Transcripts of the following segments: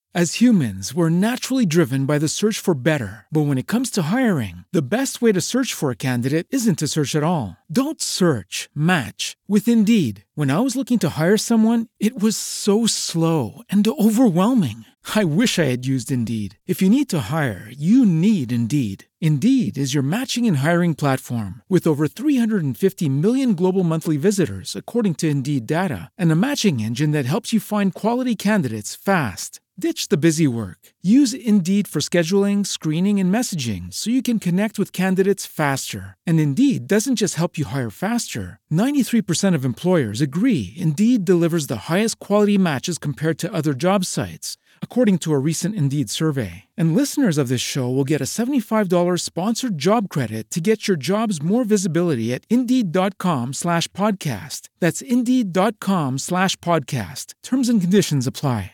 As humans, we're naturally driven by the search for better. But when it comes to hiring, the best way to search for a candidate isn't to search at all. Don't search, match with Indeed. When I was looking to hire someone, it was so slow and overwhelming. I wish I had used Indeed. If you need to hire, you need Indeed. Indeed is your matching and hiring platform with over 350 million global monthly visitors, according to Indeed data, and a matching engine that helps you find quality candidates fast. Ditch the busy work. Use Indeed for scheduling, screening, and messaging so you can connect with candidates faster. And Indeed doesn't just help you hire faster. 93% of employers agree Indeed delivers the highest quality matches compared to other job sites, according to a recent Indeed survey. And listeners of this show will get a $75 sponsored job credit to get your jobs more visibility at Indeed.com/podcast. That's Indeed.com/podcast. Terms and conditions apply.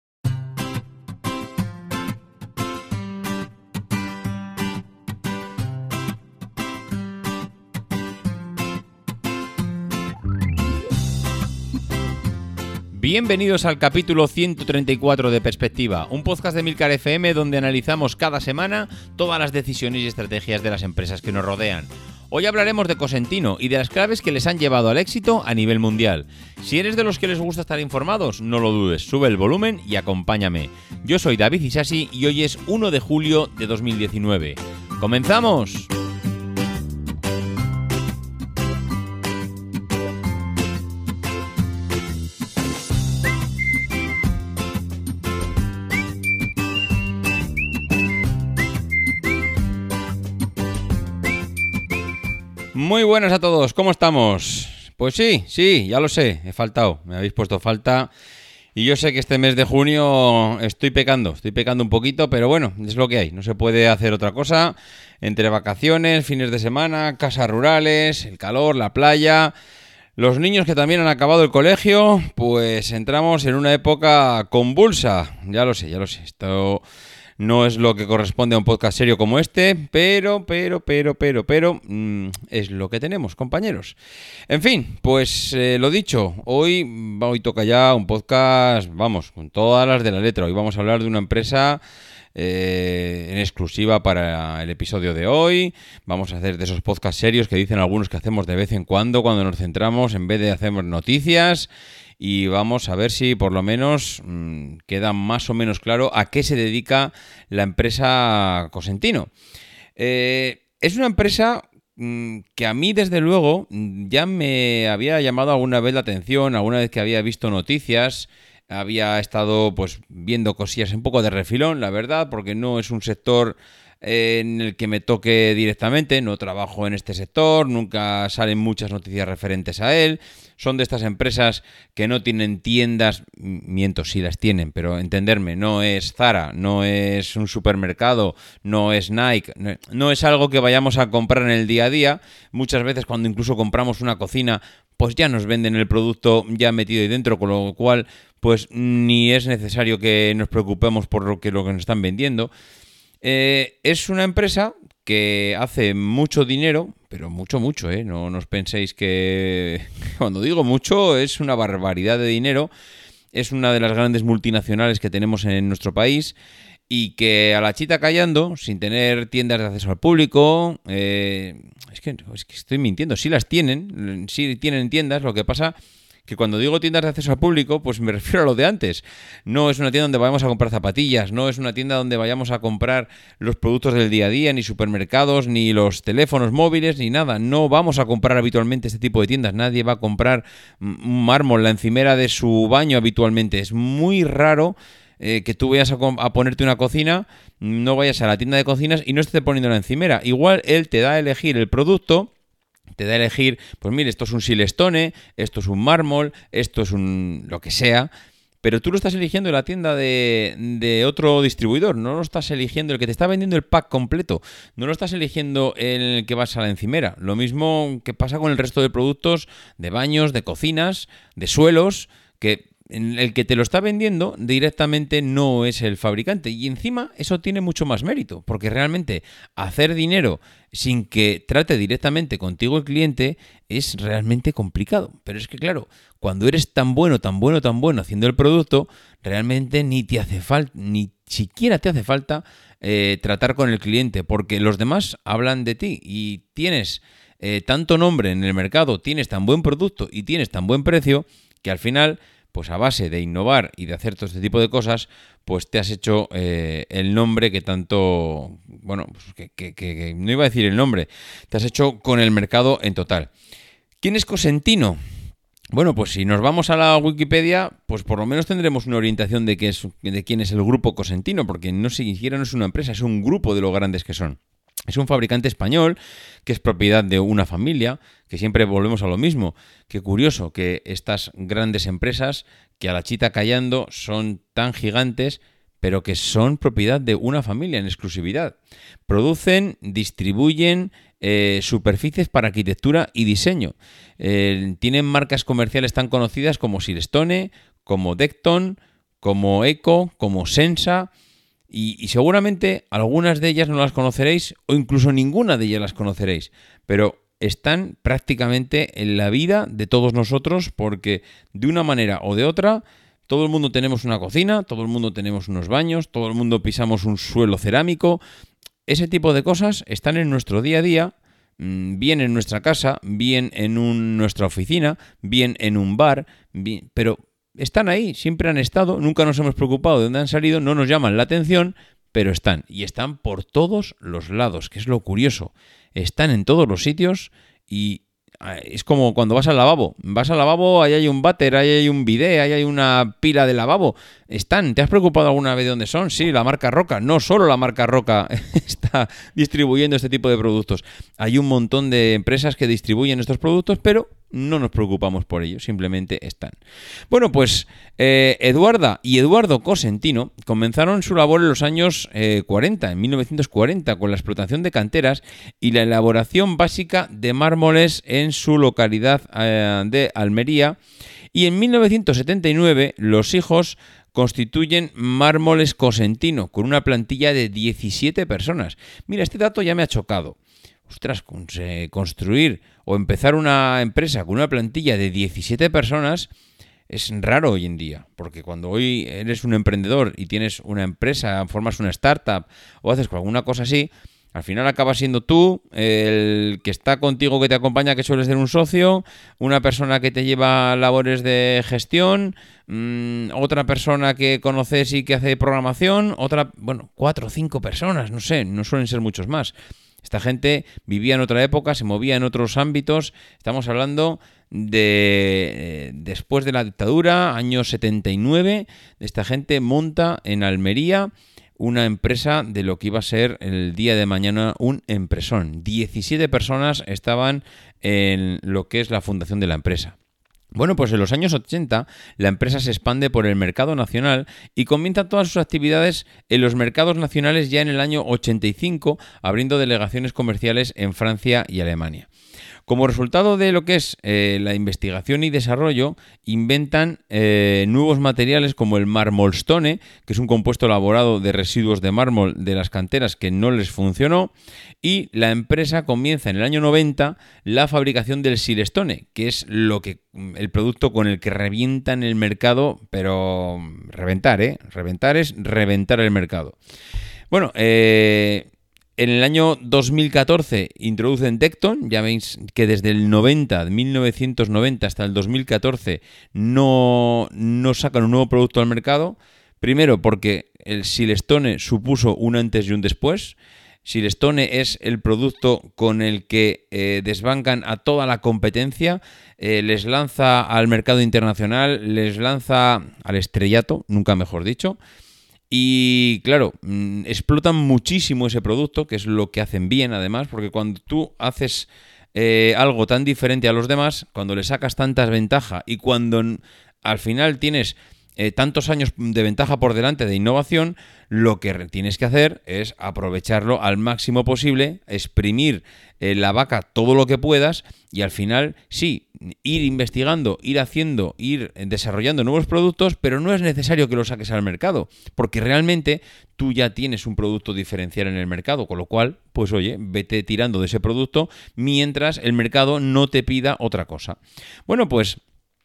Bienvenidos al capítulo 134 de Perspectiva, un podcast de Milcar FM donde analizamos cada semana todas las decisiones y estrategias de las empresas que nos rodean. Hoy hablaremos de Cosentino y de las claves que les han llevado al éxito a nivel mundial. Si eres de los que les gusta estar informados, no lo dudes, sube el volumen y acompáñame. Yo soy David Isasi y hoy es 1 de julio de 2019. ¡Comenzamos! Muy buenas a todos, ¿cómo estamos? Pues sí, ya lo sé, he faltado, me habéis puesto falta y yo sé que este mes de junio estoy pecando un poquito, pero bueno, es lo que hay, no se puede hacer otra cosa, entre vacaciones, fines de semana, casas rurales, el calor, la playa, los niños que también han acabado el colegio, pues entramos en una época convulsa, ya lo sé, esto... No es lo que corresponde a un podcast serio como este, pero, es lo que tenemos, compañeros. En fin, pues lo dicho, hoy toca ya un podcast, vamos, con todas las de la letra. Hoy vamos a hablar de una empresa en exclusiva para el episodio de hoy. Vamos a hacer de esos podcasts serios que dicen algunos que hacemos de vez en cuando nos centramos en vez de hacer noticias. Y vamos a ver si por lo menos queda más o menos claro a qué se dedica la empresa Cosentino. Es una empresa que a mí, desde luego, ya me había llamado alguna vez la atención, alguna vez que había visto noticias, había estado pues viendo cosillas un poco de refilón, la verdad, porque no es un sector en el que me toque directamente, no trabajo en este sector, nunca salen muchas noticias referentes a él. Son de estas empresas que no tienen tiendas, miento, sí las tienen, pero entenderme, no es Zara, no es un supermercado, no es Nike, no es algo que vayamos a comprar en el día a día. Muchas veces cuando incluso compramos una cocina, pues ya nos venden el producto ya metido ahí dentro, con lo cual pues ni es necesario que nos preocupemos por lo que nos están vendiendo. Es una empresa que hace mucho dinero, pero mucho, no os penséis que cuando digo mucho es una barbaridad de dinero. Es una de las grandes multinacionales que tenemos en nuestro país y que a la chita callando, sin tener tiendas de acceso al público, es que estoy mintiendo, sí tienen tiendas, lo que pasa que cuando digo tiendas de acceso al público, pues me refiero a lo de antes. No es una tienda donde vayamos a comprar zapatillas, no es una tienda donde vayamos a comprar los productos del día a día, ni supermercados, ni los teléfonos móviles, ni nada. No vamos a comprar habitualmente este tipo de tiendas. Nadie va a comprar un mármol, la encimera de su baño habitualmente. Es muy raro que tú vayas a ponerte una cocina, no vayas a la tienda de cocinas y no esté poniendo la encimera. Igual él te da a elegir el producto. Te da a elegir, pues mire, esto es un silestone, esto es un mármol, esto es un lo que sea, pero tú lo estás eligiendo en la tienda de otro distribuidor, no lo estás eligiendo el que te está vendiendo el pack completo, no lo estás eligiendo el que vas a la encimera. Lo mismo que pasa con el resto de productos de baños, de cocinas, de suelos, que en el que te lo está vendiendo directamente no es el fabricante. Y encima eso tiene mucho más mérito, porque realmente hacer dinero sin que trate directamente contigo el cliente es realmente complicado. Pero es que claro, cuando eres tan bueno haciendo el producto, realmente ni te hace falta, ni siquiera te hace falta tratar con el cliente, porque los demás hablan de ti y tienes tanto nombre en el mercado, tienes tan buen producto y tienes tan buen precio que al final, pues a base de innovar y de hacer todo este tipo de cosas, pues te has hecho el nombre que tanto, bueno, pues que no iba a decir el nombre, te has hecho con el mercado en total. ¿Quién es Cosentino? Bueno, pues si nos vamos a la Wikipedia, pues por lo menos tendremos una orientación de quién es el grupo Cosentino, porque no siquiera no es una empresa, es un grupo de lo grandes que son. Es un fabricante español que es propiedad de una familia, que siempre volvemos a lo mismo. Qué curioso que estas grandes empresas, que a la chita callando son tan gigantes, pero que son propiedad de una familia en exclusividad. Producen, distribuyen superficies para arquitectura y diseño. Tienen marcas comerciales tan conocidas como Silestone, como Decton, como Eco, como Sensa. Y seguramente algunas de ellas no las conoceréis o incluso ninguna de ellas las conoceréis, pero están prácticamente en la vida de todos nosotros porque de una manera o de otra todo el mundo tenemos una cocina, todo el mundo tenemos unos baños, todo el mundo pisamos un suelo cerámico. Ese tipo de cosas están en nuestro día a día, bien en nuestra casa, bien en nuestra oficina, bien en un bar, pero están ahí, siempre han estado, nunca nos hemos preocupado de dónde han salido, no nos llaman la atención, pero están. Y están por todos los lados, que es lo curioso. Están en todos los sitios y es como cuando vas al lavabo. Vas al lavabo, ahí hay un váter, ahí hay un bidé, ahí hay una pila de lavabo. Están. ¿Te has preocupado alguna vez de dónde son? Sí, la marca Roca. No solo la marca Roca está distribuyendo este tipo de productos. Hay un montón de empresas que distribuyen estos productos, pero no nos preocupamos por ello, simplemente están. Bueno, pues Eduarda y Eduardo Cosentino comenzaron su labor en los años 40, en 1940, con la explotación de canteras y la elaboración básica de mármoles en su localidad de Almería. Y en 1979 los hijos constituyen Mármoles Cosentino, con una plantilla de 17 personas. Mira, este dato ya me ha chocado. Ostras, construir o empezar una empresa con una plantilla de 17 personas es raro hoy en día, porque cuando hoy eres un emprendedor y tienes una empresa, formas una startup o haces alguna cosa así, al final acabas siendo tú, el que está contigo, que te acompaña, que suele ser un socio, una persona que te lleva labores de gestión, otra persona que conoces y que hace programación, otra, bueno, 4 o 5 personas, no sé, no suelen ser muchos más. Esta gente vivía en otra época, se movía en otros ámbitos. Estamos hablando de después de la dictadura, año 79. Esta gente monta en Almería una empresa de lo que iba a ser el día de mañana un empresón. 17 personas estaban en lo que es la fundación de la empresa. Bueno, pues en los años 80 la empresa se expande por el mercado nacional y comienza todas sus actividades en los mercados nacionales ya en el año 85, abriendo delegaciones comerciales en Francia y Alemania. Como resultado de lo que es la investigación y desarrollo, inventan nuevos materiales como el Marmolstone, que es un compuesto elaborado de residuos de mármol de las canteras que no les funcionó, y la empresa comienza en el año 90 la fabricación del Silestone, que es el producto con el que revientan el mercado, pero reventar, reventar es reventar el mercado. Bueno, en el año 2014 introducen Decton. Ya veis que desde el 1990 hasta el 2014 no sacan un nuevo producto al mercado. Primero porque el Silestone supuso un antes y un después. Silestone es el producto con el que desbancan a toda la competencia, les lanza al mercado internacional, les lanza al estrellato, nunca mejor dicho. Y claro, explotan muchísimo ese producto, que es lo que hacen bien además, porque cuando tú haces algo tan diferente a los demás, cuando le sacas tantas ventajas y cuando al final tienes tantos años de ventaja por delante de innovación, lo que tienes que hacer es aprovecharlo al máximo posible, exprimir la vaca todo lo que puedas y al final sí, ir investigando, ir haciendo, ir desarrollando nuevos productos, pero no es necesario que los saques al mercado, porque realmente tú ya tienes un producto diferencial en el mercado, con lo cual, pues oye, vete tirando de ese producto mientras el mercado no te pida otra cosa. Bueno, pues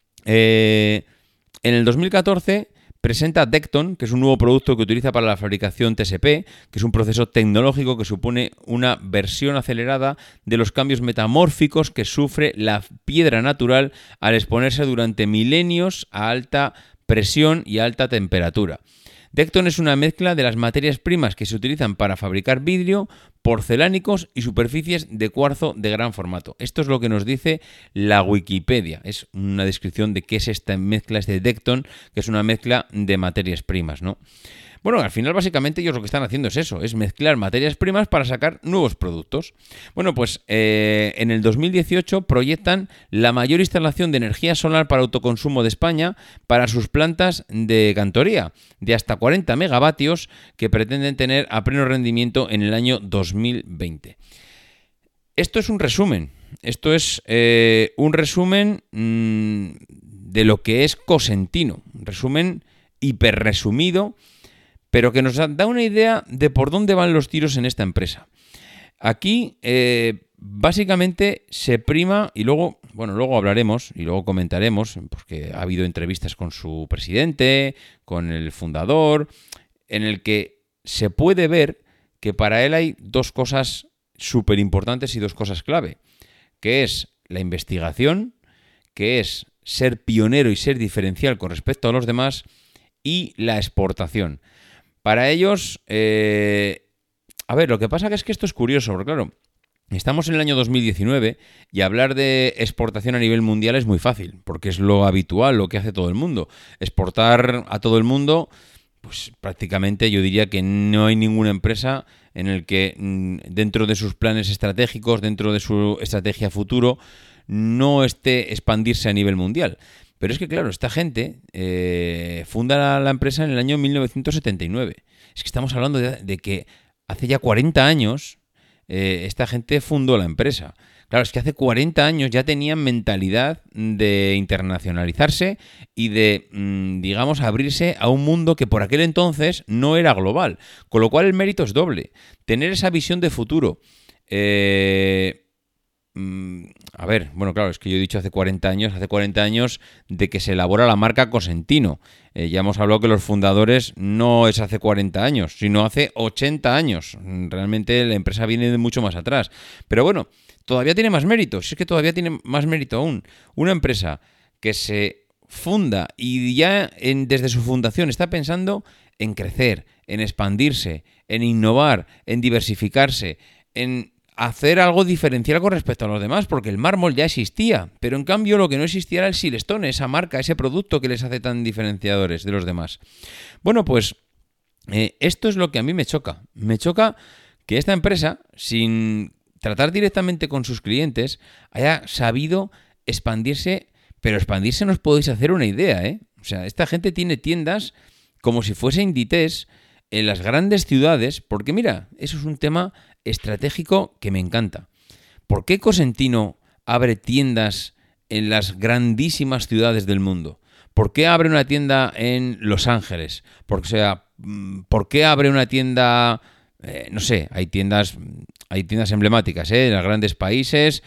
en el 2014 presenta Decton, que es un nuevo producto que utiliza para la fabricación TSP, que es un proceso tecnológico que supone una versión acelerada de los cambios metamórficos que sufre la piedra natural al exponerse durante milenios a alta presión y alta temperatura. Decton es una mezcla de las materias primas que se utilizan para fabricar vidrio, porcelánicos y superficies de cuarzo de gran formato. Esto es lo que nos dice la Wikipedia. Es una descripción de qué es esta mezcla, este Decton, que es una mezcla de materias primas, ¿no? Bueno, al final básicamente ellos lo que están haciendo es eso, es mezclar materias primas para sacar nuevos productos. Bueno, pues en el 2018 proyectan la mayor instalación de energía solar para autoconsumo de España para sus plantas de cantoría, de hasta 40 megavatios que pretenden tener a pleno rendimiento en el año 2020. Esto es un resumen, un resumen de lo que es Cosentino, un resumen hiperresumido, pero que nos da una idea de por dónde van los tiros en esta empresa. Aquí, básicamente, se prima, y luego hablaremos y luego comentaremos, porque ha habido entrevistas con su presidente, con el fundador, en el que se puede ver que para él hay dos cosas súper importantes y dos cosas clave, que es la investigación, que es ser pionero y ser diferencial con respecto a los demás, y la exportación. Para ellos, lo que pasa es que esto es curioso, porque claro, estamos en el año 2019 y hablar de exportación a nivel mundial es muy fácil, porque es lo habitual, lo que hace todo el mundo. Exportar a todo el mundo, pues prácticamente yo diría que no hay ninguna empresa en el que dentro de sus planes estratégicos, dentro de su estrategia futuro, no esté expandirse a nivel mundial. Pero es que, claro, esta gente funda la empresa en el año 1979. Es que estamos hablando de que hace ya 40 años esta gente fundó la empresa. Claro, es que hace 40 años ya tenían mentalidad de internacionalizarse y de, digamos, abrirse a un mundo que por aquel entonces no era global. Con lo cual el mérito es doble. Tener esa visión de futuro. Claro, es que yo he dicho hace 40 años de que se elabora la marca Cosentino. Ya hemos hablado que los fundadores no es hace 40 años, sino hace 80 años. Realmente la empresa viene de mucho más atrás. Pero bueno, todavía tiene más mérito, si es que todavía tiene más mérito aún. Una empresa que se funda y ya desde su fundación está pensando en crecer, en expandirse, en innovar, en diversificarse, en hacer algo diferencial con respecto a los demás, porque el mármol ya existía, pero en cambio lo que no existía era el Silestone, esa marca, ese producto que les hace tan diferenciadores de los demás. Bueno, pues esto es lo que a mí me choca. Me choca que esta empresa, sin tratar directamente con sus clientes, haya sabido expandirse, pero expandirse no os podéis hacer una idea, ¿eh? O sea, esta gente tiene tiendas como si fuese Inditex en las grandes ciudades, porque mira, eso es un tema estratégico que me encanta. ¿Por qué Cosentino abre tiendas en las grandísimas ciudades del mundo? ¿Por qué abre una tienda en Los Ángeles? ¿Por qué abre una tienda? Hay tiendas emblemáticas, en los grandes países.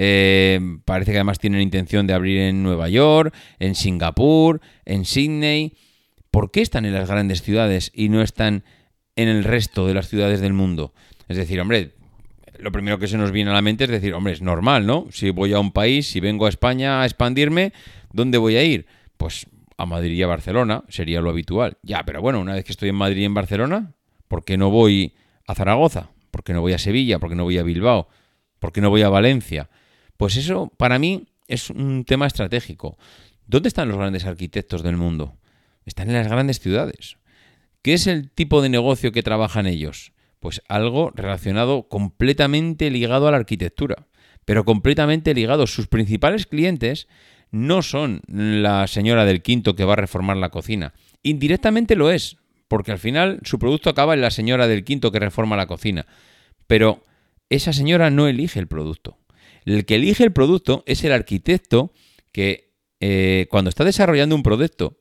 Parece que además tienen intención de abrir en Nueva York, en Singapur, en Sydney. ¿Por qué están en las grandes ciudades y no están en el resto de las ciudades del mundo? Es decir, hombre, lo primero que se nos viene a la mente es decir, hombre, es normal, ¿no? Si voy a un país, si vengo a España a expandirme, ¿dónde voy a ir? Pues a Madrid y a Barcelona, sería lo habitual. Ya, pero bueno, una vez que estoy en Madrid y en Barcelona, ¿por qué no voy a Zaragoza? ¿Por qué no voy a Sevilla? ¿Por qué no voy a Bilbao? ¿Por qué no voy a Valencia? Pues eso, para mí, es un tema estratégico. ¿Dónde están los grandes arquitectos del mundo? Están en las grandes ciudades. ¿Qué es el tipo de negocio que trabajan ellos? Pues algo relacionado, completamente ligado a la arquitectura, pero completamente ligado. Sus principales clientes no son la señora del quinto que va a reformar la cocina. Indirectamente lo es, porque al final su producto acaba en la señora del quinto que reforma la cocina. Pero esa señora no elige el producto. El que elige el producto es el arquitecto que cuando está desarrollando un proyecto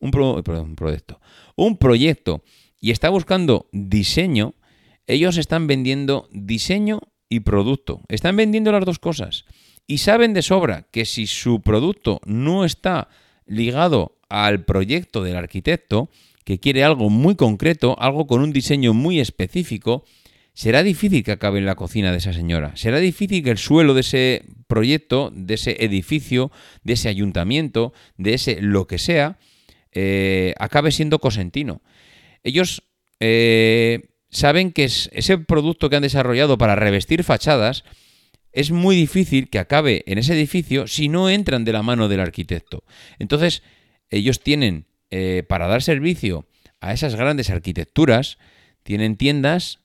y está buscando diseño, ellos están vendiendo diseño y producto. Están vendiendo las dos cosas. Y saben de sobra que si su producto no está ligado al proyecto del arquitecto, que quiere algo muy concreto, algo con un diseño muy específico, será difícil que acabe en la cocina de esa señora. Será difícil que el suelo de ese proyecto, de ese edificio, de ese ayuntamiento, de ese lo que sea, acabe siendo Cosentino. Ellos saben que ese producto que han desarrollado para revestir fachadas es muy difícil que acabe en ese edificio si no entran de la mano del arquitecto. Entonces, ellos tienen, para dar servicio a esas grandes arquitecturas, tienen tiendas,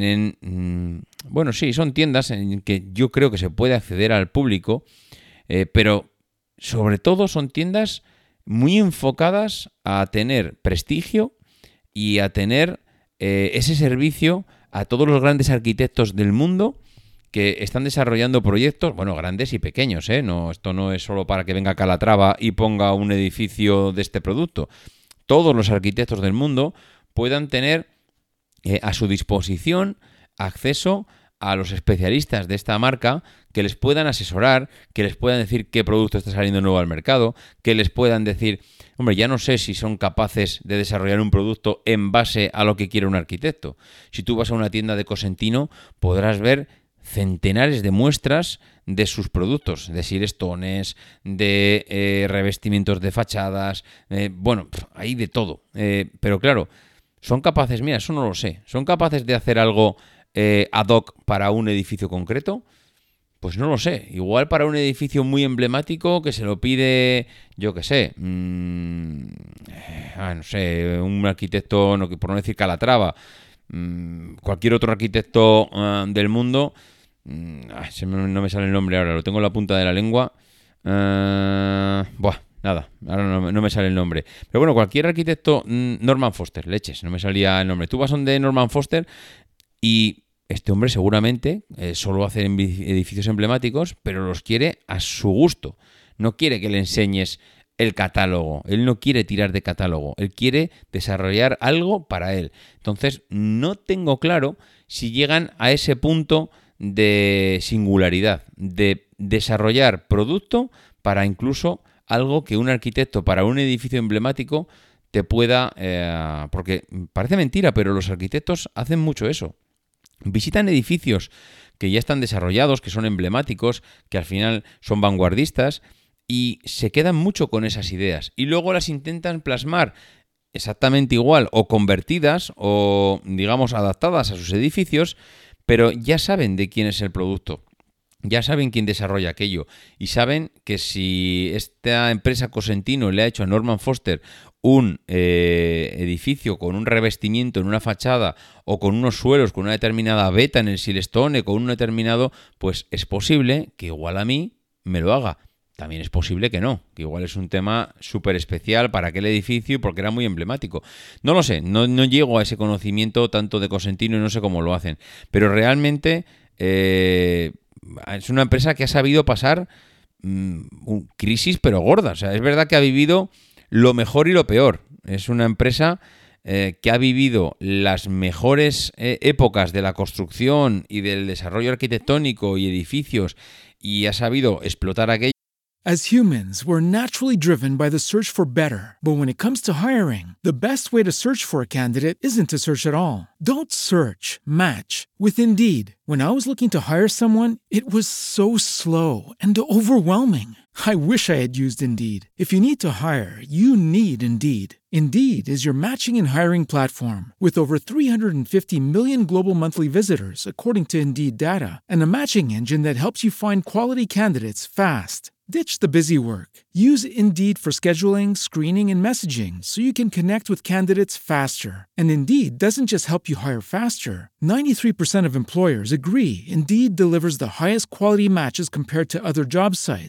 son tiendas en que yo creo que se puede acceder al público, pero sobre todo son tiendas muy enfocadas a tener prestigio y a tener ese servicio a todos los grandes arquitectos del mundo que están desarrollando proyectos, grandes y pequeños, No, esto no es solo para que venga Calatrava y ponga un edificio de este producto. Todos los arquitectos del mundo puedan tener a su disposición acceso a los especialistas de esta marca que les puedan asesorar, que les puedan decir qué producto está saliendo nuevo al mercado, que les puedan decir, ya no sé si son capaces de desarrollar un producto en base a lo que quiere un arquitecto. Si tú vas a una tienda de Cosentino, podrás ver centenares de muestras de sus productos, de silestones, de revestimientos de fachadas, hay de todo. Pero claro, ¿son capaces? Mira, eso no lo sé. ¿Son capaces de hacer algo ad hoc para un edificio concreto? Pues no lo sé. Igual para un edificio muy emblemático que se lo pide, yo qué sé, un arquitecto, por no decir Calatrava, cualquier otro arquitecto del mundo, no me sale el nombre ahora, lo tengo en la punta de la lengua. Nada, ahora no me sale el nombre. Pero bueno, cualquier arquitecto, Norman Foster, leches, no me salía el nombre. Tú vas donde Norman Foster y este hombre seguramente solo hace edificios emblemáticos, pero los quiere a su gusto. No quiere que le enseñes el catálogo. Él no quiere tirar de catálogo. Él quiere desarrollar algo para él. Entonces, no tengo claro si llegan a ese punto de singularidad, de desarrollar producto para incluso algo que un arquitecto para un edificio emblemático te pueda... porque parece mentira, pero los arquitectos hacen mucho eso. Visitan edificios que ya están desarrollados, que son emblemáticos, que al final son vanguardistas y se quedan mucho con esas ideas. Y luego las intentan plasmar exactamente igual o convertidas o, digamos, adaptadas a sus edificios, pero ya saben de quién es el producto. Ya saben quién desarrolla aquello y saben que si esta empresa Cosentino le ha hecho a Norman Foster un edificio con un revestimiento en una fachada o con unos suelos, con una determinada veta en el silestone, con un determinado, pues es posible que igual a mí me lo haga. También es posible que no, que igual es un tema súper especial para aquel edificio porque era muy emblemático. No lo sé, no llego a ese conocimiento tanto de Cosentino y no sé cómo lo hacen. Pero realmente es una empresa que ha sabido pasar crisis pero gordas. O sea, es verdad que ha vivido lo mejor y lo peor. Es una empresa que ha vivido las mejores épocas de la construcción y del desarrollo arquitectónico y edificios y ha sabido explotar aquello. As humans, we're naturally driven by the search for better. But when it comes to hiring, the best way to search for a candidate isn't to search at all. Don't search, match with Indeed. When I was looking to hire someone, it was so slow and overwhelming. I wish I had used Indeed. If you need to hire, you need Indeed. Indeed is your matching and hiring platform with over 350 million global monthly visitors, according to Indeed data, and a matching engine that helps you find quality candidates fast. Ditch the busy work. Use Indeed for scheduling, screening, and messaging so you can connect with candidates faster. And Indeed doesn't just help you hire faster. 93% of employers agree Indeed delivers the highest quality matches compared to other job sites.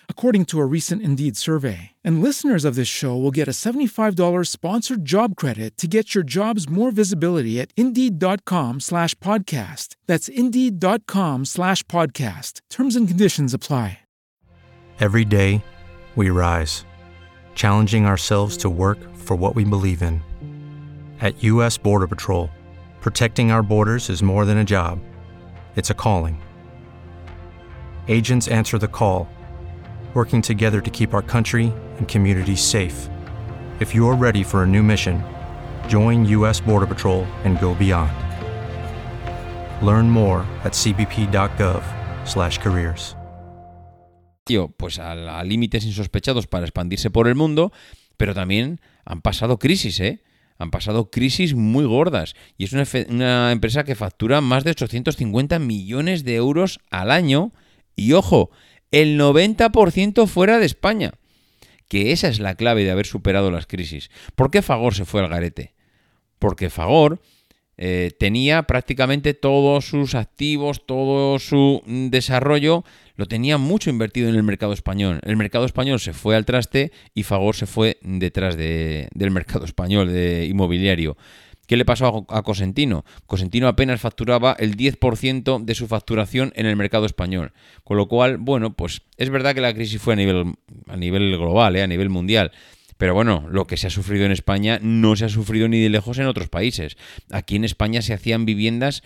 according to a recent Indeed survey. And listeners of this show will get a $75 sponsored job credit to get your jobs more visibility at Indeed.com/podcast. That's Indeed.com/podcast. Terms and conditions apply. Every day, we rise, challenging ourselves to work for what we believe in. At U.S. Border Patrol, protecting our borders is more than a job. It's a calling. Agents answer the call, working together to keep our country and communities safe. If you're ready for a new mission, join U.S. Border Patrol and go beyond. Learn more at cbp.gov/careers. Pues a límites insospechados para expandirse por el mundo, pero también han pasado crisis, Han pasado crisis muy gordas. Y es una empresa que factura más de 850 millones de euros al año. Y ojo, el 90% fuera de España. Que esa es la clave de haber superado las crisis. ¿Por qué Fagor se fue al garete? Porque Fagor tenía prácticamente todos sus activos, todo su desarrollo, lo tenía mucho invertido en el mercado español. El mercado español se fue al traste y Fagor se fue detrás del mercado español de inmobiliario. ¿Qué le pasó a Cosentino? Cosentino apenas facturaba el 10% de su facturación en el mercado español. Con lo cual, bueno, pues es verdad que la crisis fue a nivel global, a nivel mundial. Pero bueno, lo que se ha sufrido en España no se ha sufrido ni de lejos en otros países. Aquí en España se hacían 10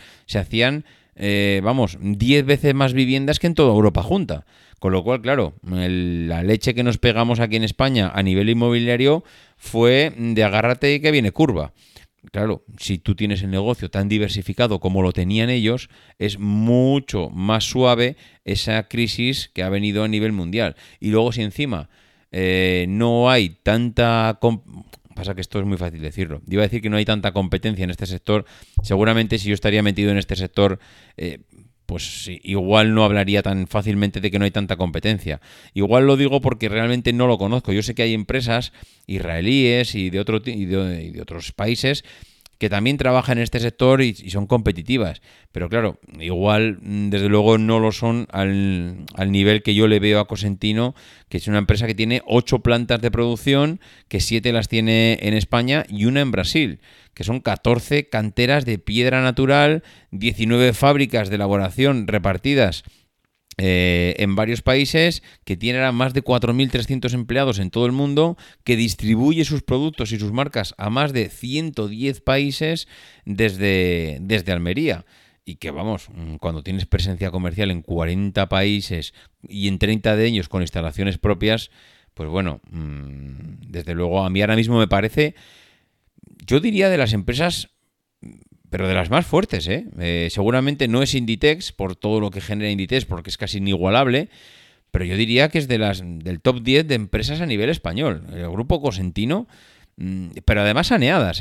veces más viviendas que en toda Europa junta. Con lo cual, claro, la leche que nos pegamos aquí en España a nivel inmobiliario fue de agárrate y que viene curva. Claro, si tú tienes el negocio tan diversificado como lo tenían ellos, es mucho más suave esa crisis que ha venido a nivel mundial. Y luego si encima no hay tanta... Pasa que esto es muy fácil decirlo. Iba a decir que no hay tanta competencia en este sector. Seguramente si yo estaría metido en este sector, pues igual no hablaría tan fácilmente de que no hay tanta competencia. Igual lo digo porque realmente no lo conozco. Yo sé que hay empresas israelíes y de otros países que también trabajan en este sector y son competitivas. Pero claro, igual desde luego no lo son al nivel que yo le veo a Cosentino, que es una empresa que tiene 8 plantas de producción, que 7 las tiene en España y una en Brasil, que son 14 canteras de piedra natural, 19 fábricas de elaboración repartidas en varios países, que tiene ahora más de 4.300 empleados en todo el mundo, que distribuye sus productos y sus marcas a más de 110 países desde Almería. Y que vamos, cuando tienes presencia comercial en 40 países y en 30 de ellos con instalaciones propias, pues bueno, desde luego a mí ahora mismo me parece, yo diría de las empresas, pero de las más fuertes, seguramente no es Inditex por todo lo que genera Inditex, porque es casi inigualable, pero yo diría que es del top 10 de empresas a nivel español. El grupo Cosentino, pero además saneadas,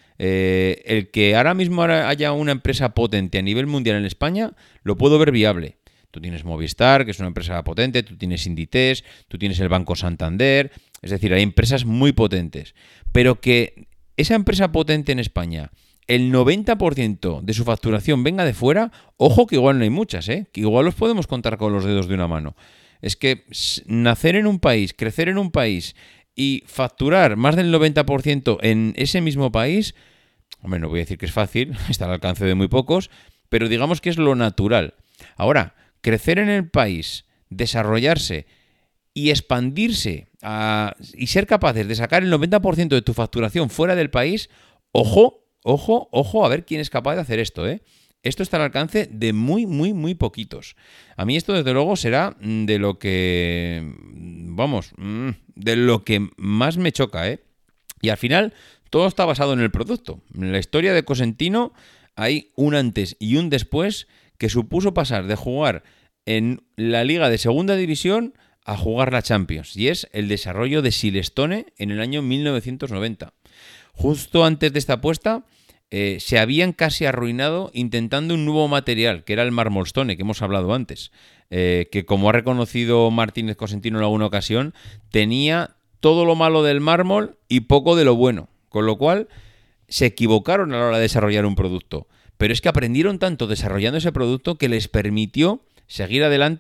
el que ahora mismo haya una empresa potente a nivel mundial en España, lo puedo ver viable. Tú tienes Movistar, que es una empresa potente, tú tienes Inditex, tú tienes el Banco Santander, es decir, hay empresas muy potentes, pero que esa empresa potente en España, el 90% de su facturación venga de fuera, ojo que igual no hay muchas, que igual los podemos contar con los dedos de una mano. Es que nacer en un país, crecer en un país y facturar más del 90% en ese mismo país, hombre, no voy a decir que es fácil, está al alcance de muy pocos, pero digamos que es lo natural. Ahora, crecer en el país, desarrollarse y expandirse y ser capaces de sacar el 90% de tu facturación fuera del país, ojo, a ver quién es capaz de hacer esto, Esto está al alcance de muy, muy, muy poquitos. A mí esto, desde luego, será de lo que... de lo que más me choca, Y al final, todo está basado en el producto. En la historia de Cosentino hay un antes y un después que supuso pasar de jugar en la Liga de Segunda División a jugar la Champions. Y es el desarrollo de Silestone en el año 1990. Justo antes de esta apuesta, se habían casi arruinado intentando un nuevo material, que era el Marmolstone, que hemos hablado antes, que como ha reconocido Martínez Cosentino en alguna ocasión, tenía todo lo malo del mármol y poco de lo bueno, con lo cual se equivocaron a la hora de desarrollar un producto, pero es que aprendieron tanto desarrollando ese producto que les permitió seguir adelante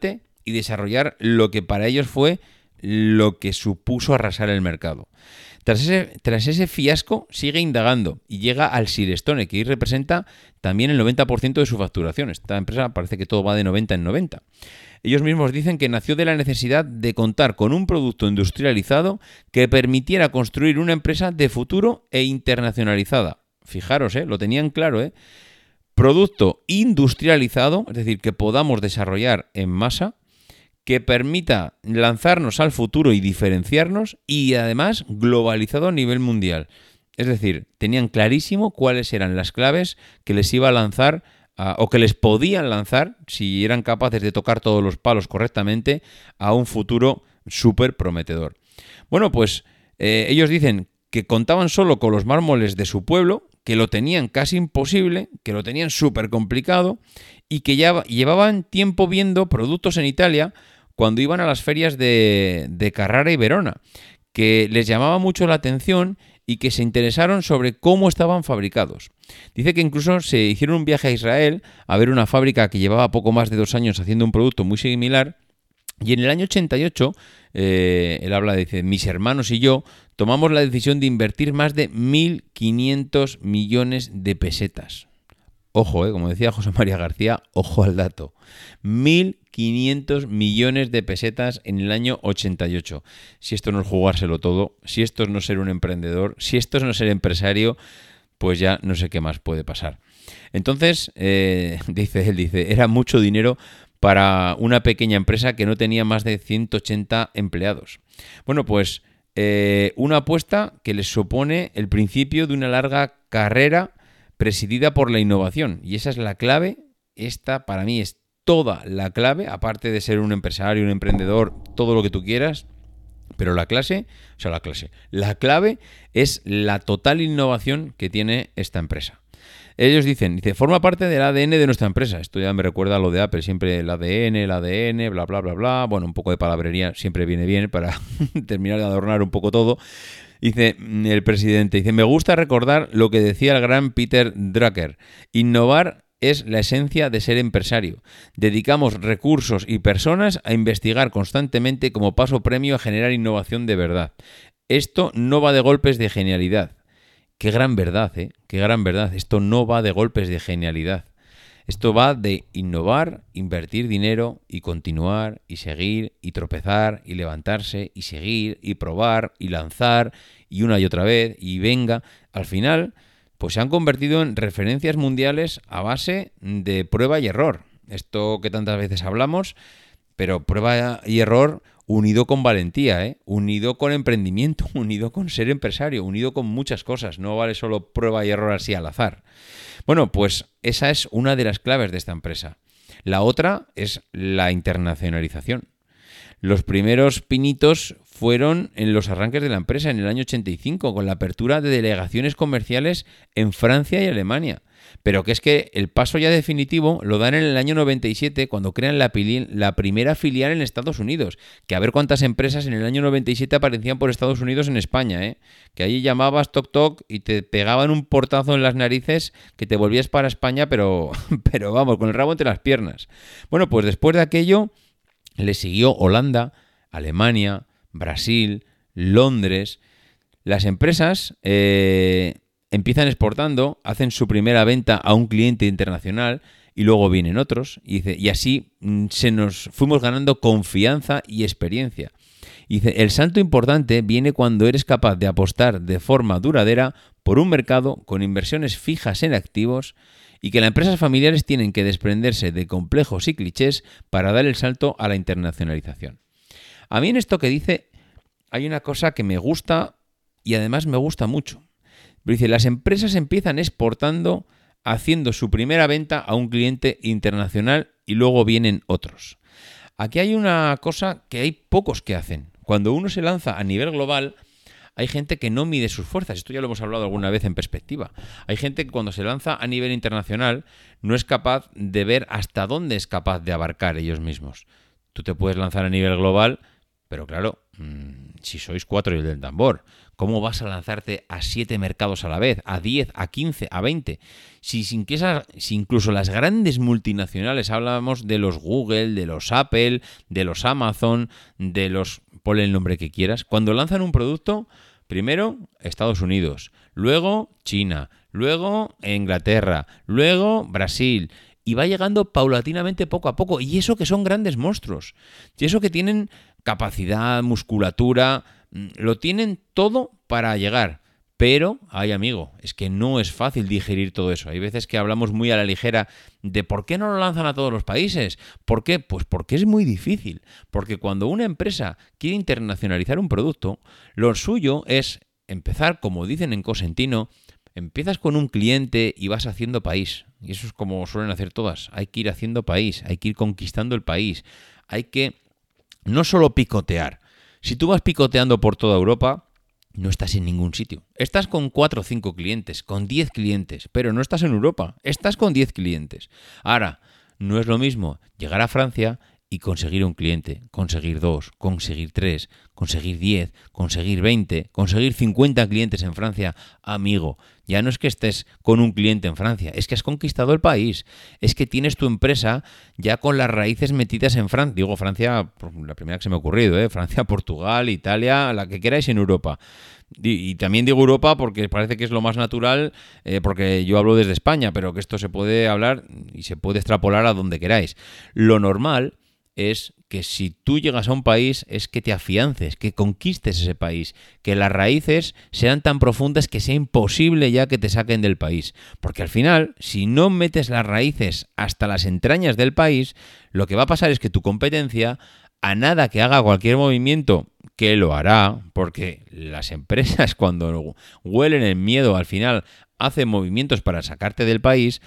y desarrollar lo que para ellos fue lo que supuso arrasar el mercado. Tras ese fiasco sigue indagando y llega al Silestone, que hoy representa también el 90% de su facturación. Esta empresa parece que todo va de 90 en 90. Ellos mismos dicen que nació de la necesidad de contar con un producto industrializado que permitiera construir una empresa de futuro e internacionalizada. Fijaros, lo tenían claro, Producto industrializado, es decir, que podamos desarrollar en masa, que permita lanzarnos al futuro y diferenciarnos, y además globalizado a nivel mundial. Es decir, tenían clarísimo cuáles eran las claves que les iba a lanzar o que les podían lanzar, si eran capaces de tocar todos los palos correctamente, a un futuro súper prometedor. Bueno, pues ellos dicen que contaban solo con los mármoles de su pueblo, que lo tenían casi imposible, que lo tenían súper complicado y que ya llevaban tiempo viendo productos en Italia cuando iban a las ferias de Carrara y Verona, que les llamaba mucho la atención y que se interesaron sobre cómo estaban fabricados. Dice que incluso se hicieron un viaje a Israel a ver una fábrica que llevaba poco más de 2 años haciendo un producto muy similar, y en el año 88, él habla, dice, mis hermanos y yo tomamos la decisión de invertir más de 1.500 millones de pesetas. Ojo, como decía José María García, ojo al dato. 1.500 millones de pesetas en el año 88. Si esto no es jugárselo todo, si esto es no ser un emprendedor, si esto es no ser empresario, pues ya no sé qué más puede pasar. Entonces, dice, era mucho dinero para una pequeña empresa que no tenía más de 180 empleados. Bueno, pues una apuesta que les supone el principio de una larga carrera presidida por la innovación. Y esa es la clave. Esta para mí es toda la clave, aparte de ser un empresario, un emprendedor, todo lo que tú quieras. Pero la clave es la total innovación que tiene esta empresa. Ellos dicen, forma parte del ADN de nuestra empresa. Esto ya me recuerda a lo de Apple, siempre el ADN, bla, bla, bla, bla. Bueno, un poco de palabrería siempre viene bien para terminar de adornar un poco todo. Dice el presidente, me gusta recordar lo que decía el gran Peter Drucker. Innovar es la esencia de ser empresario. Dedicamos recursos y personas a investigar constantemente como paso premio a generar innovación de verdad. Esto no va de golpes de genialidad. Qué gran verdad, qué gran verdad. Esto no va de golpes de genialidad. Esto va de innovar, invertir dinero y continuar y seguir y tropezar y levantarse y seguir y probar y lanzar y una y otra vez y venga. Al final, pues se han convertido en referencias mundiales a base de prueba y error. Esto que tantas veces hablamos, pero prueba y error unido con valentía, unido con emprendimiento, unido con ser empresario, unido con muchas cosas. No vale solo prueba y error así al azar. Bueno, pues esa es una de las claves de esta empresa. La otra es la internacionalización. Los primeros pinitos fueron en los arranques de la empresa en el año 85, con la apertura de delegaciones comerciales en Francia y Alemania. Pero que es que el paso ya definitivo lo dan en el año 97, cuando crean la primera filial en Estados Unidos. Que a ver cuántas empresas en el año 97 aparecían por Estados Unidos en España, que allí llamabas toc toc y te pegaban un portazo en las narices que te volvías para España, pero vamos, con el rabo entre las piernas. Bueno, pues después de aquello le siguió Holanda, Alemania, Brasil, Londres. Las empresas empiezan exportando, hacen su primera venta a un cliente internacional y luego vienen otros. Y así nos fuimos ganando confianza y experiencia. Dice, el salto importante viene cuando eres capaz de apostar de forma duradera por un mercado con inversiones fijas en activos y que las empresas familiares tienen que desprenderse de complejos y clichés para dar el salto a la internacionalización. A mí en esto que dice hay una cosa que me gusta y además me gusta mucho. Dice, las empresas empiezan exportando, haciendo su primera venta a un cliente internacional y luego vienen otros. Aquí hay una cosa que hay pocos que hacen. Cuando uno se lanza a nivel global, hay gente que no mide sus fuerzas. Esto ya lo hemos hablado alguna vez en perspectiva. Hay gente que cuando se lanza a nivel internacional no es capaz de ver hasta dónde es capaz de abarcar ellos mismos. Tú te puedes lanzar a nivel global, pero claro, Si sois 4 y el del tambor, ¿cómo vas a lanzarte a 7 mercados a la vez, a 10, a 15, a 20? Si incluso las grandes multinacionales, hablamos de los Google, de los Apple, de los Amazon, de los... ponle el nombre que quieras, cuando lanzan un producto, primero Estados Unidos, luego China, luego Inglaterra, luego Brasil... Y va llegando paulatinamente poco a poco. Y eso que son grandes monstruos. Y eso que tienen capacidad, musculatura, lo tienen todo para llegar. Pero, ay amigo, es que no es fácil digerir todo eso. Hay veces que hablamos muy a la ligera de por qué no lo lanzan a todos los países. ¿Por qué? Pues porque es muy difícil. Porque cuando una empresa quiere internacionalizar un producto, lo suyo es empezar, como dicen en Cosentino, empiezas con un cliente y vas haciendo país. Y eso es como suelen hacer todas. Hay que ir haciendo país, hay que ir conquistando el país. Hay que no solo picotear. Si tú vas picoteando por toda Europa, no estás en ningún sitio. Estás con 4 o 5 clientes, con 10 clientes, pero no estás en Europa. Estás con 10 clientes. Ahora, no es lo mismo llegar a Francia y conseguir un cliente, conseguir 2, conseguir 3, conseguir 10, conseguir 20, conseguir 50 clientes en Francia. Amigo, ya no es que estés con un cliente en Francia, es que has conquistado el país, es que tienes tu empresa ya con las raíces metidas en Francia. Digo Francia, la primera que se me ha ocurrido, Francia, Portugal, Italia, la que queráis en Europa. Y también digo Europa porque parece que es lo más natural, porque yo hablo desde España, pero que esto se puede hablar y se puede extrapolar a donde queráis. Lo normal es que si tú llegas a un país es que te afiances, que conquistes ese país, que las raíces sean tan profundas que sea imposible ya que te saquen del país. Porque al final, si no metes las raíces hasta las entrañas del país, lo que va a pasar es que tu competencia, a nada que haga cualquier movimiento, que lo hará, porque las empresas cuando huelen el miedo al final hacen movimientos para sacarte del país,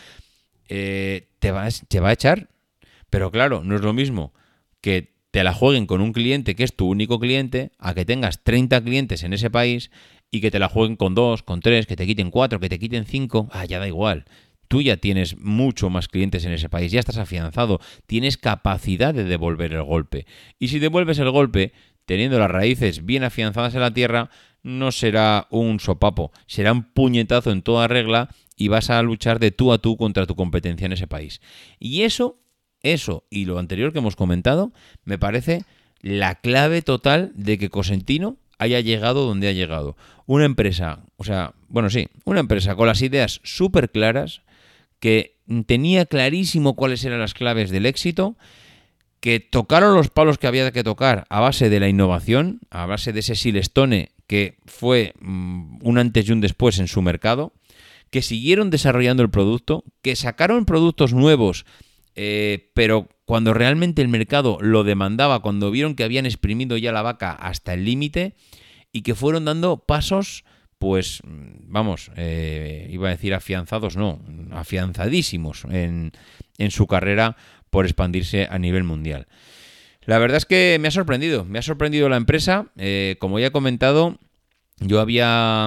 te va a echar. Pero claro, no es lo mismo que te la jueguen con un cliente que es tu único cliente, a que tengas 30 clientes en ese país y que te la jueguen con 2, con 3, que te quiten 4, que te quiten 5, ya da igual. Tú ya tienes mucho más clientes en ese país, ya estás afianzado, tienes capacidad de devolver el golpe. Y si devuelves el golpe, teniendo las raíces bien afianzadas en la tierra, no será un sopapo, será un puñetazo en toda regla y vas a luchar de tú a tú contra tu competencia en ese país. Y eso y lo anterior que hemos comentado me parece la clave total de que Cosentino haya llegado donde ha llegado. Una empresa, una empresa con las ideas súper claras, que tenía clarísimo cuáles eran las claves del éxito, que tocaron los palos que había que tocar a base de la innovación, a base de ese Silestone que fue un antes y un después en su mercado, que siguieron desarrollando el producto, que sacaron productos nuevos, pero cuando realmente el mercado lo demandaba, cuando vieron que habían exprimido ya la vaca hasta el límite y que fueron dando pasos, pues iba a decir afianzados, no, afianzadísimos en su carrera por expandirse a nivel mundial. La verdad es que me ha sorprendido la empresa, como ya he comentado. Yo había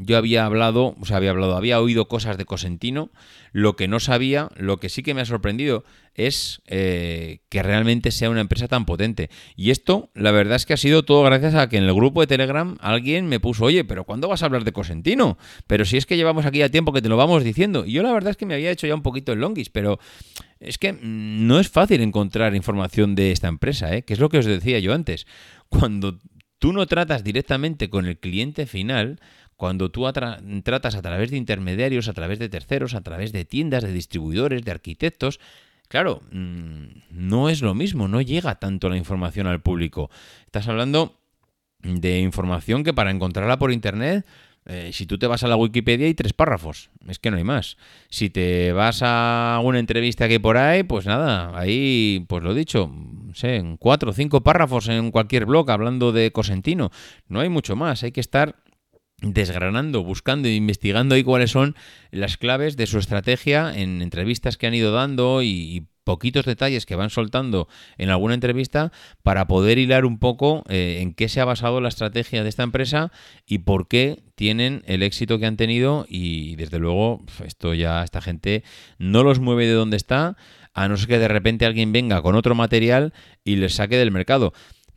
oído cosas de Cosentino. Lo que no sabía, lo que sí que me ha sorprendido es que realmente sea una empresa tan potente. Y esto, la verdad es que ha sido todo gracias a que en el grupo de Telegram alguien me puso, oye, ¿pero cuándo vas a hablar de Cosentino? Pero si es que llevamos aquí ya tiempo que te lo vamos diciendo. Y yo la verdad es que me había hecho ya un poquito el longuis, pero es que no es fácil encontrar información de esta empresa, que es lo que os decía yo antes. Cuando tú no tratas directamente con el cliente final, cuando tú tratas a través de intermediarios, a través de terceros, a través de tiendas, de distribuidores, de arquitectos, claro, no es lo mismo, no llega tanto la información al público. Estás hablando de información que para encontrarla por internet, si tú te vas a la Wikipedia hay 3 párrafos, es que no hay más. Si te vas a una entrevista que hay por ahí, pues nada, ahí, pues lo dicho, no sé, en 4 o 5 párrafos en cualquier blog hablando de Cosentino. No hay mucho más, hay que estar desgranando, buscando e investigando ahí cuáles son las claves de su estrategia en entrevistas que han ido dando y poquitos detalles que van soltando en alguna entrevista para poder hilar un poco en qué se ha basado la estrategia de esta empresa y por qué tienen el éxito que han tenido. Y desde luego esta gente no los mueve de donde está, a no ser que de repente alguien venga con otro material y les saque del mercado.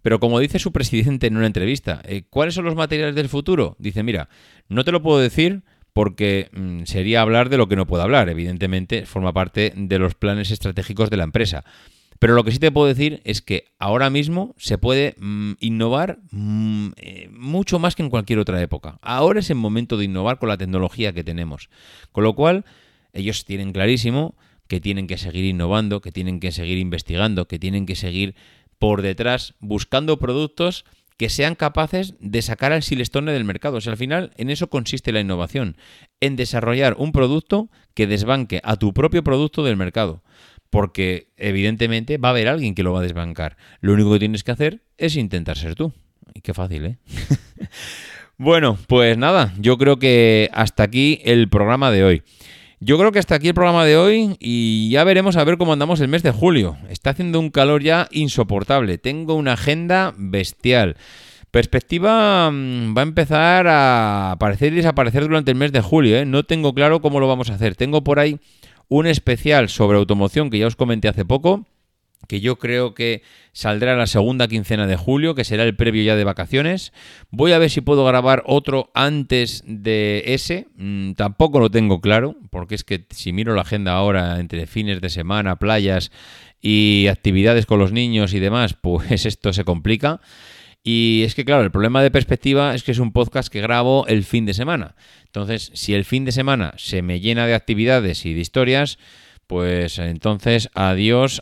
Pero como dice su presidente en una entrevista, ¿cuáles son los materiales del futuro? Dice, mira, no te lo puedo decir porque sería hablar de lo que no puedo hablar. Evidentemente, forma parte de los planes estratégicos de la empresa. Pero lo que sí te puedo decir es que ahora mismo se puede innovar mucho más que en cualquier otra época. Ahora es el momento de innovar con la tecnología que tenemos. Con lo cual, ellos tienen clarísimo que tienen que seguir innovando, que tienen que seguir investigando, que tienen que seguir por detrás buscando productos que sean capaces de sacar al Silestone del mercado. O sea, al final, en eso consiste la innovación, en desarrollar un producto que desbanque a tu propio producto del mercado. Porque, evidentemente, va a haber alguien que lo va a desbancar. Lo único que tienes que hacer es intentar ser tú. Y qué fácil, ¿eh? Bueno, pues nada, yo creo que hasta aquí el programa de hoy. Y ya veremos a ver cómo andamos el mes de julio. Está haciendo un calor ya insoportable. Tengo una agenda bestial. Perspectiva va a empezar a aparecer y desaparecer durante el mes de julio, ¿eh? No tengo claro cómo lo vamos a hacer. Tengo por ahí un especial sobre automoción que ya os comenté hace poco, que yo creo que saldrá la segunda quincena de julio, que será el previo ya de vacaciones. Voy a ver si puedo grabar otro antes de ese. Tampoco lo tengo claro, porque es que si miro la agenda ahora entre fines de semana, playas y actividades con los niños y demás, pues esto se complica. Y es que, claro, el problema de Perspectiva es que es un podcast que grabo el fin de semana. Entonces, si el fin de semana se me llena de actividades y de historias, pues entonces adiós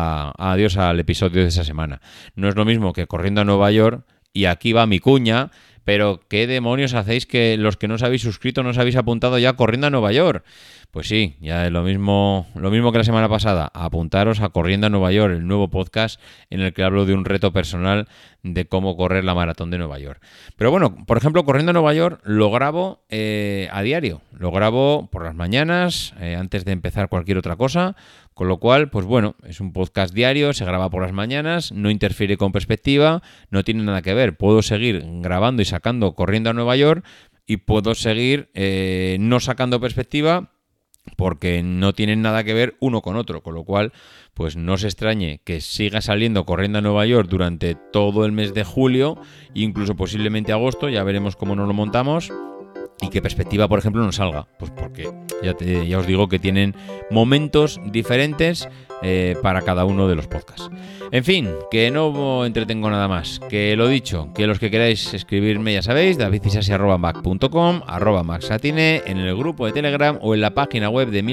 al episodio de esa semana. No es lo mismo que Corriendo a Nueva York, y aquí va mi cuña, pero ¿qué demonios hacéis que los que no os habéis suscrito no os habéis apuntado ya Corriendo a Nueva York? Pues sí, ya es lo mismo que la semana pasada. Apuntaros a Corriendo a Nueva York, el nuevo podcast en el que hablo de un reto personal de cómo correr la maratón de Nueva York. Pero bueno, por ejemplo, Corriendo a Nueva York lo grabo a diario. Lo grabo por las mañanas, antes de empezar cualquier otra cosa. Con lo cual, pues bueno, es un podcast diario, se graba por las mañanas, no interfiere con Perspectiva, no tiene nada que ver. Puedo seguir grabando y sacando Corriendo a Nueva York y puedo seguir no sacando Perspectiva, porque no tienen nada que ver uno con otro, con lo cual pues no se extrañe que siga saliendo Corriendo a Nueva York durante todo el mes de julio, incluso posiblemente agosto, ya veremos cómo nos lo montamos, y que Perspectiva, por ejemplo, no salga, pues porque ya os digo que tienen momentos diferentes para cada uno de los podcasts. En fin, que no entretengo nada más. Que lo dicho, que los que queráis escribirme ya sabéis, davidcisasi@mac.com, @maxatine, en el grupo de Telegram o en la página web de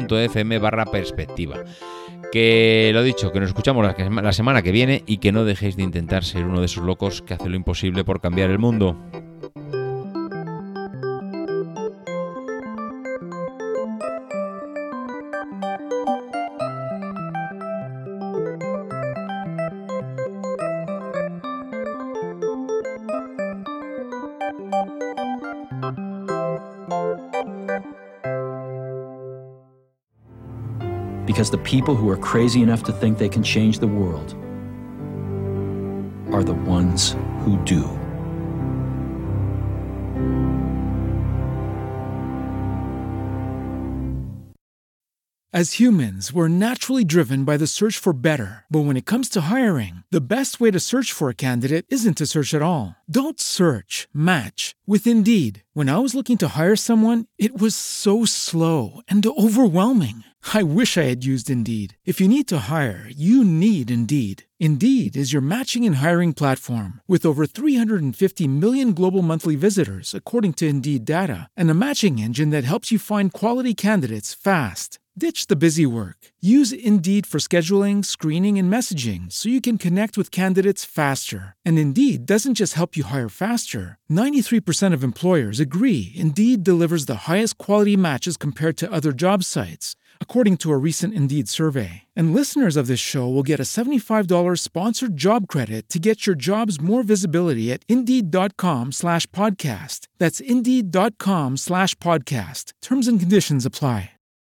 milcar.fm/perspectiva. Que lo dicho, que nos escuchamos la semana que viene y que no dejéis de intentar ser uno de esos locos que hace lo imposible por cambiar el mundo. Because the people who are crazy enough to think they can change the world are the ones who do. As humans, we're naturally driven by the search for better. But when it comes to hiring, the best way to search for a candidate isn't to search at all. Don't search, match with Indeed. When I was looking to hire someone, it was so slow and overwhelming. I wish I had used Indeed. If you need to hire, you need Indeed. Indeed is your matching and hiring platform with over 350 million global monthly visitors, according to Indeed data, and a matching engine that helps you find quality candidates fast. Ditch the busy work. Use Indeed for scheduling, screening, and messaging so you can connect with candidates faster. And Indeed doesn't just help you hire faster. 93% of employers agree Indeed delivers the highest quality matches compared to other job sites, according to a recent Indeed survey. And listeners of this show will get a $75 sponsored job credit to get your jobs more visibility at Indeed.com/podcast. That's Indeed.com/podcast. Terms and conditions apply.